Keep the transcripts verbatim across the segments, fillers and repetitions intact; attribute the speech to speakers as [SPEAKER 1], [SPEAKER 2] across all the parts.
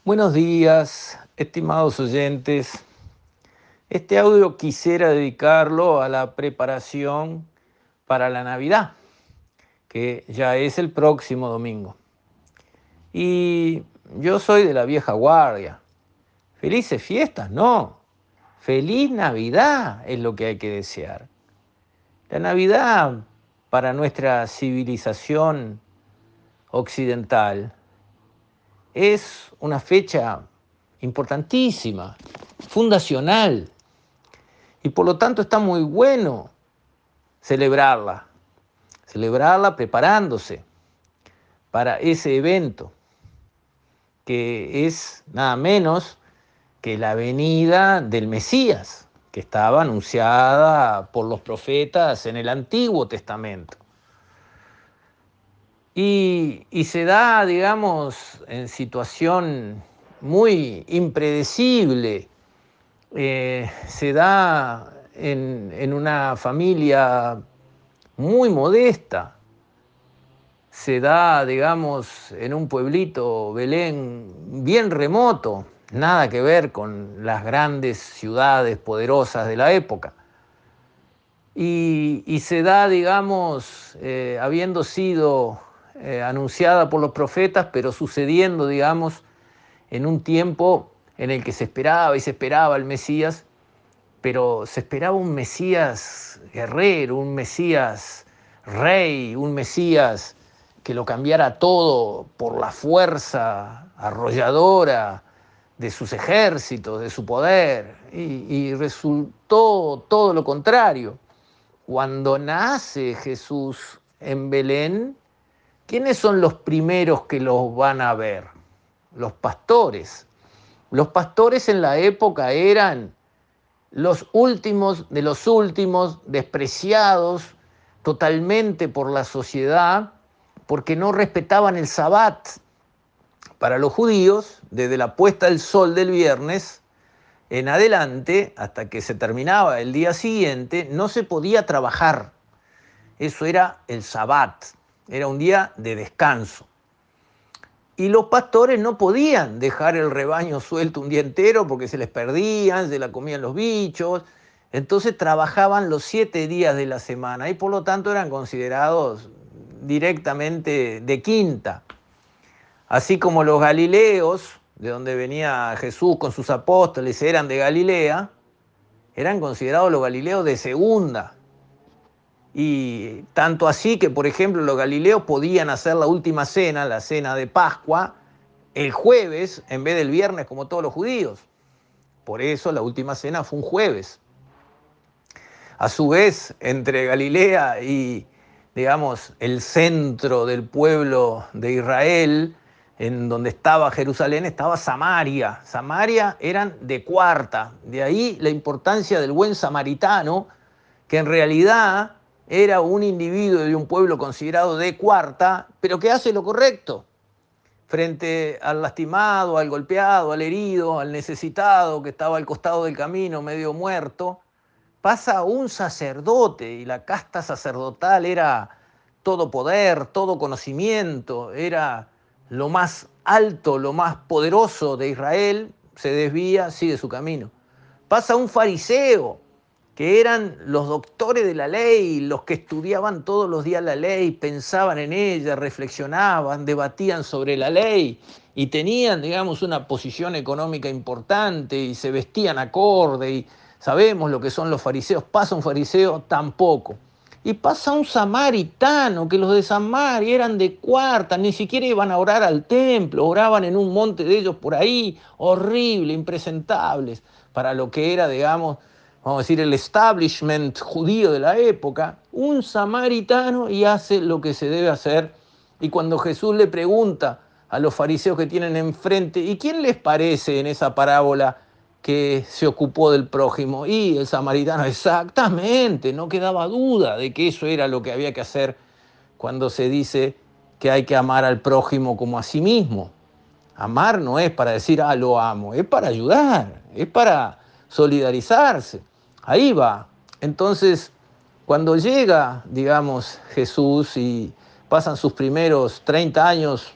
[SPEAKER 1] Buenos días, estimados oyentes. Este audio quisiera dedicarlo a la preparación para la Navidad, que ya es el próximo domingo. Y yo soy de la vieja guardia. Felices fiestas, no. Feliz Navidad es lo que hay que desear. La Navidad para nuestra civilización occidental es una fecha importantísima, fundacional, y por lo tanto está muy bueno celebrarla, celebrarla preparándose para ese evento, que es nada menos que la venida del Mesías, que estaba anunciada por los profetas en el Antiguo Testamento. Y, y se da, digamos, en situación muy impredecible. Eh, se da en, en una familia muy modesta, se da, digamos, en un pueblito, Belén, bien remoto, nada que ver con las grandes ciudades poderosas de la época. Y, y se da, digamos, eh, habiendo sido eh, anunciada por los profetas, pero sucediendo, digamos, en un tiempo en el que se esperaba y se esperaba el Mesías, pero se esperaba un Mesías guerrero, un Mesías rey, un Mesías que lo cambiara todo por la fuerza arrolladora de sus ejércitos, de su poder, y, y resultó todo lo contrario. Cuando nace Jesús en Belén, ¿quiénes son los primeros que los van a ver? Los pastores. Los pastores en la época eran los últimos de los últimos, despreciados totalmente por la sociedad, porque no respetaban el Sabbat. Para los judíos, desde la puesta del sol del viernes en adelante, hasta que se terminaba el día siguiente, no se podía trabajar. Eso era el Sabbat, era un día de descanso. Y los pastores no podían dejar el rebaño suelto un día entero porque se les perdían, se la comían los bichos. Entonces trabajaban los siete días de la semana y por lo tanto eran considerados directamente de quinta. Así como los galileos, de donde venía Jesús con sus apóstoles, eran de Galilea, eran considerados los galileos de segunda. Y tanto así que, por ejemplo, los galileos podían hacer la última cena, la cena de Pascua, el jueves en vez del viernes como todos los judíos. Por eso la última cena fue un jueves. A su vez, entre Galilea y, digamos, el centro del pueblo de Israel, en donde estaba Jerusalén, estaba Samaria. Samaria eran de cuarta. De ahí la importancia del buen samaritano, que en realidad era un individuo de un pueblo considerado de cuarta, pero que hace lo correcto frente al lastimado, al golpeado, al herido, al necesitado que estaba al costado del camino medio muerto. Pasa un sacerdote y la casta sacerdotal era todo poder, todo conocimiento, era lo más alto, lo más poderoso de Israel, se desvía, sigue su camino. Pasa un fariseo, que eran los doctores de la ley, los que estudiaban todos los días la ley, pensaban en ella, reflexionaban, debatían sobre la ley y tenían, digamos, una posición económica importante y se vestían acorde y sabemos lo que son los fariseos. Pasa un fariseo, tampoco. Y pasa un samaritano, que los de Samaria eran de cuarta, ni siquiera iban a orar al templo, oraban en un monte de ellos por ahí, horrible, impresentables, para lo que era, digamos, vamos a decir, el establishment judío de la época. Un samaritano y hace lo que se debe hacer. Y cuando Jesús le pregunta a los fariseos que tienen enfrente, ¿y quién les parece en esa parábola que se ocupó del prójimo? Y el samaritano, exactamente, no quedaba duda de que eso era lo que había que hacer cuando se dice que hay que amar al prójimo como a sí mismo. Amar no es para decir, ah, lo amo, es para ayudar, es para solidarizarse. Ahí va. Entonces, cuando llega, digamos, Jesús y pasan sus primeros treinta años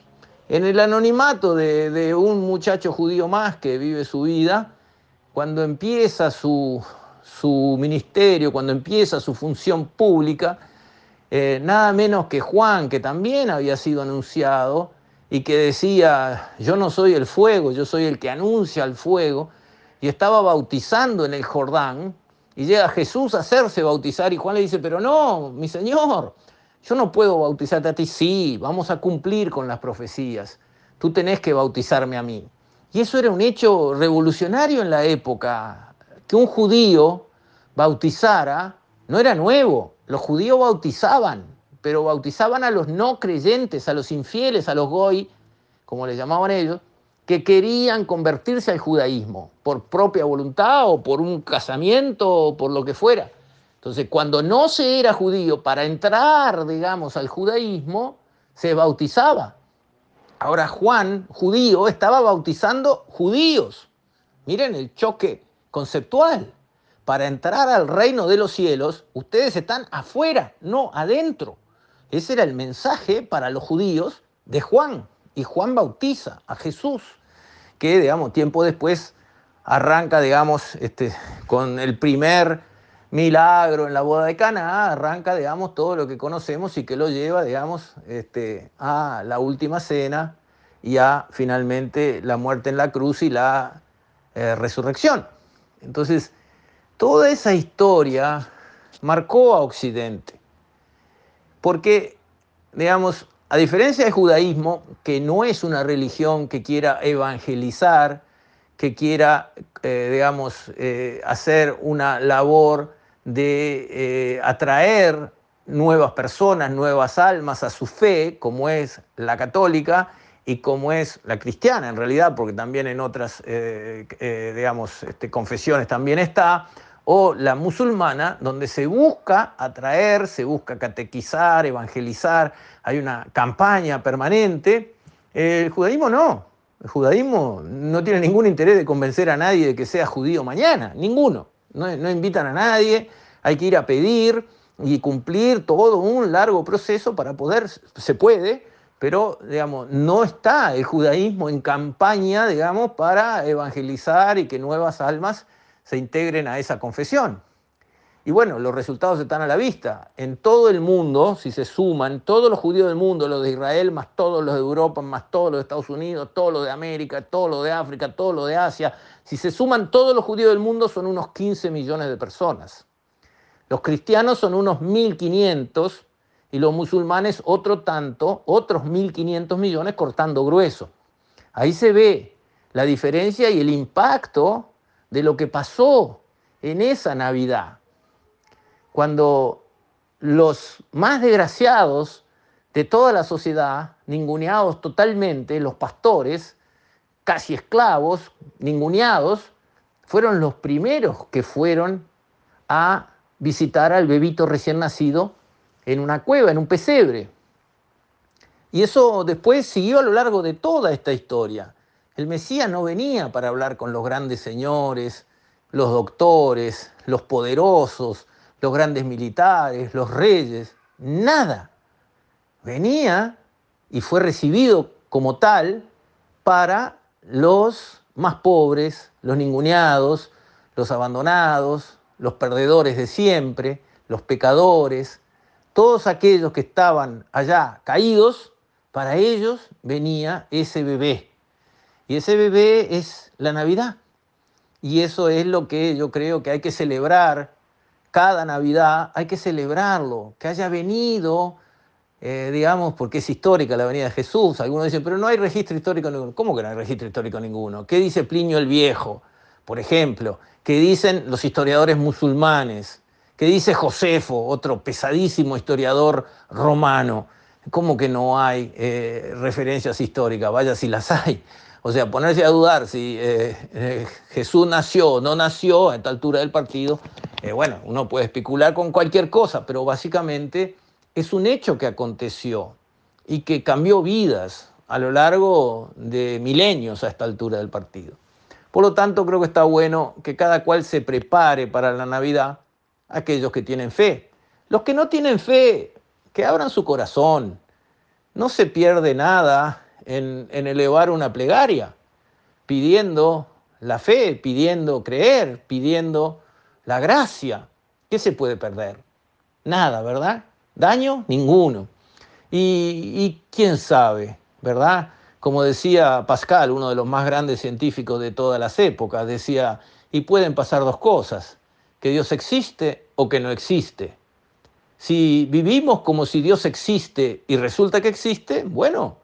[SPEAKER 1] en el anonimato de, de un muchacho judío más que vive su vida, cuando empieza su, su ministerio, cuando empieza su función pública, eh, nada menos que Juan, que también había sido anunciado y que decía, yo no soy el fuego, yo soy el que anuncia el fuego, y estaba bautizando en el Jordán, y llega Jesús a hacerse bautizar, y Juan le dice, pero no, mi Señor, yo no puedo bautizarte a ti. Sí, vamos a cumplir con las profecías, tú tenés que bautizarme a mí. Y eso era un hecho revolucionario en la época, que un judío bautizara no era nuevo. Los judíos bautizaban, pero bautizaban a los no creyentes, a los infieles, a los goy, como les llamaban ellos, que querían convertirse al judaísmo por propia voluntad o por un casamiento o por lo que fuera. Entonces, cuando no se era judío, para entrar, digamos, al judaísmo, se bautizaba. Ahora Juan, judío, estaba bautizando judíos. Miren el choque conceptual. Para entrar al reino de los cielos, ustedes están afuera, no adentro. Ese era el mensaje para los judíos de Juan. Y Juan bautiza a Jesús, que, digamos, tiempo después arranca, digamos, este, con el primer milagro en la boda de Caná, arranca, digamos, todo lo que conocemos y que lo lleva, digamos, este, a la última cena y a finalmente la muerte en la cruz y la eh, resurrección. Entonces, toda esa historia marcó a Occidente, porque, digamos, a diferencia del judaísmo, que no es una religión que quiera evangelizar, que quiera, eh, digamos, eh, hacer una labor de eh, atraer nuevas personas, nuevas almas a su fe, como es la católica y como es la cristiana en realidad, porque también en otras, eh, eh, digamos, este, confesiones también está, o la musulmana, donde se busca atraer, se busca catequizar, evangelizar, hay una campaña permanente. El judaísmo no. El judaísmo no tiene ningún interés de convencer a nadie de que sea judío mañana, ninguno. No, no invitan a nadie, hay que ir a pedir y cumplir todo un largo proceso para poder, se puede, pero digamos, no está el judaísmo en campaña, digamos, para evangelizar y que nuevas almas se integren a esa confesión. Y bueno, los resultados están a la vista. En todo el mundo, si se suman, todos los judíos del mundo, los de Israel, más todos los de Europa, más todos los de Estados Unidos, todos los de América, todos los de África, todos los de Asia, si se suman todos los judíos del mundo son unos quince millones de personas. Los cristianos son unos mil quinientos y los musulmanes otro tanto, otros mil quinientos millones cortando grueso. Ahí se ve la diferencia y el impacto de lo que pasó en esa Navidad, cuando los más desgraciados de toda la sociedad, ninguneados totalmente, los pastores, casi esclavos, ninguneados, fueron los primeros que fueron a visitar al bebito recién nacido en una cueva, en un pesebre. Y eso después siguió a lo largo de toda esta historia. El Mesías no venía para hablar con los grandes señores, los doctores, los poderosos, los grandes militares, los reyes, nada. Venía y fue recibido como tal para los más pobres, los ninguneados, los abandonados, los perdedores de siempre, los pecadores, todos aquellos que estaban allá caídos, para ellos venía ese bebé. Y ese bebé es la Navidad. Y eso es lo que yo creo que hay que celebrar cada Navidad, hay que celebrarlo, que haya venido, eh, digamos, porque es histórica la venida de Jesús. Algunos dicen, pero no hay registro histórico ninguno. ¿Cómo que no hay registro histórico ninguno? ¿Qué dice Plinio el Viejo, por ejemplo? ¿Qué dicen los historiadores musulmanes? ¿Qué dice Josefo, otro pesadísimo historiador romano? ¿Cómo que no hay eh, referencias históricas? Vaya si las hay. O sea, ponerse a dudar si eh, eh, Jesús nació o no nació a esta altura del partido, eh, bueno, uno puede especular con cualquier cosa, pero básicamente es un hecho que aconteció y que cambió vidas a lo largo de milenios a esta altura del partido. Por lo tanto, creo que está bueno que cada cual se prepare para la Navidad, aquellos que tienen fe. Los que no tienen fe, que abran su corazón. No se pierde nada en, en elevar una plegaria, pidiendo la fe, pidiendo creer, pidiendo la gracia. ¿Qué se puede perder? Nada, ¿verdad? ¿Daño? Ninguno. Y, y quién sabe, ¿verdad? Como decía Pascal, uno de los más grandes científicos de todas las épocas, decía, y pueden pasar dos cosas, que Dios existe o que no existe. Si vivimos como si Dios existe y resulta que existe, bueno,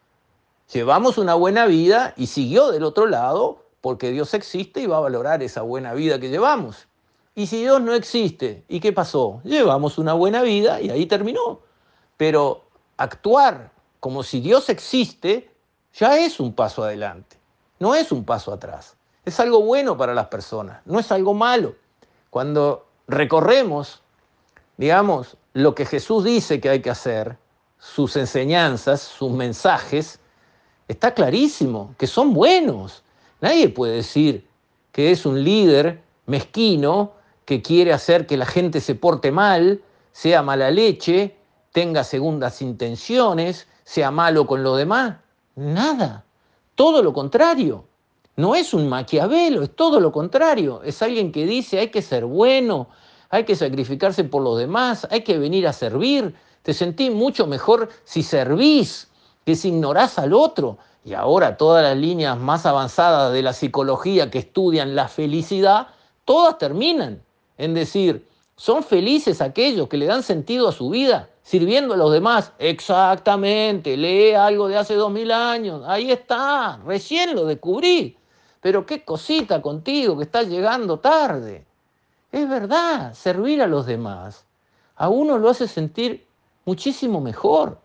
[SPEAKER 1] llevamos una buena vida y siguió del otro lado porque Dios existe y va a valorar esa buena vida que llevamos. Y si Dios no existe, ¿y qué pasó? Llevamos una buena vida y ahí terminó. Pero actuar como si Dios existe ya es un paso adelante, no es un paso atrás. Es algo bueno para las personas, no es algo malo. Cuando recorremos, digamos, lo que Jesús dice que hay que hacer, sus enseñanzas, sus mensajes, está clarísimo que son buenos. Nadie puede decir que es un líder mezquino que quiere hacer que la gente se porte mal, sea mala leche, tenga segundas intenciones, sea malo con lo demás. Nada. Todo lo contrario. No es un Maquiavelo, es todo lo contrario. Es alguien que dice hay que ser bueno, hay que sacrificarse por los demás, hay que venir a servir. Te sentís mucho mejor si servís que si ignorás al otro. Y ahora todas las líneas más avanzadas de la psicología que estudian la felicidad, todas terminan en decir, son felices aquellos que le dan sentido a su vida, sirviendo a los demás. Exactamente, lee algo de hace dos mil años, ahí está, recién lo descubrí. Pero qué cosita contigo que estás llegando tarde. Es verdad, servir a los demás a uno lo hace sentir muchísimo mejor.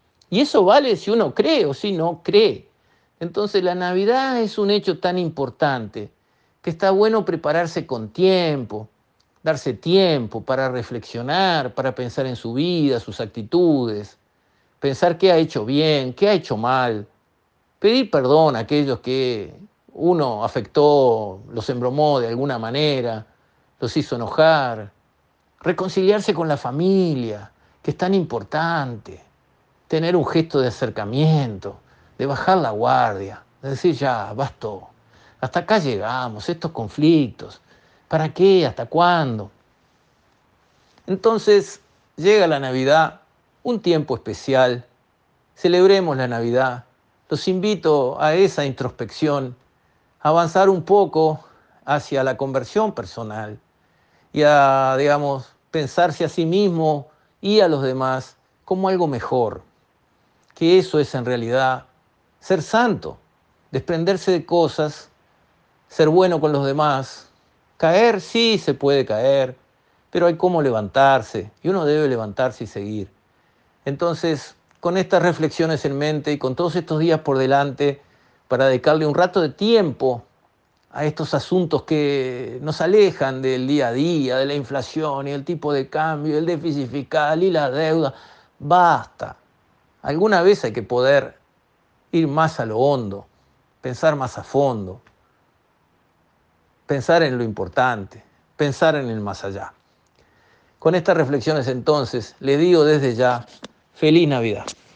[SPEAKER 1] Y eso vale si uno cree o si no cree. Entonces la Navidad es un hecho tan importante que está bueno prepararse con tiempo, darse tiempo para reflexionar, para pensar en su vida, sus actitudes, pensar qué ha hecho bien, qué ha hecho mal, pedir perdón a aquellos que uno afectó, los embromó de alguna manera, los hizo enojar, reconciliarse con la familia, que es tan importante, tener un gesto de acercamiento, de bajar la guardia, de decir ya, bastó, hasta acá llegamos, estos conflictos, ¿para qué? ¿Hasta cuándo? Entonces llega la Navidad, un tiempo especial, celebremos la Navidad, los invito a esa introspección, a avanzar un poco hacia la conversión personal y a, digamos, pensarse a sí mismo y a los demás como algo mejor, que eso es en realidad ser santo, desprenderse de cosas, ser bueno con los demás. Caer, sí se puede caer, pero hay cómo levantarse y uno debe levantarse y seguir. Entonces, con estas reflexiones en mente y con todos estos días por delante, para dedicarle un rato de tiempo a estos asuntos que nos alejan del día a día, de la inflación y el tipo de cambio, el déficit fiscal y la deuda, basta. Alguna vez hay que poder ir más a lo hondo, pensar más a fondo, pensar en lo importante, pensar en el más allá. Con estas reflexiones entonces, le digo desde ya, feliz Navidad.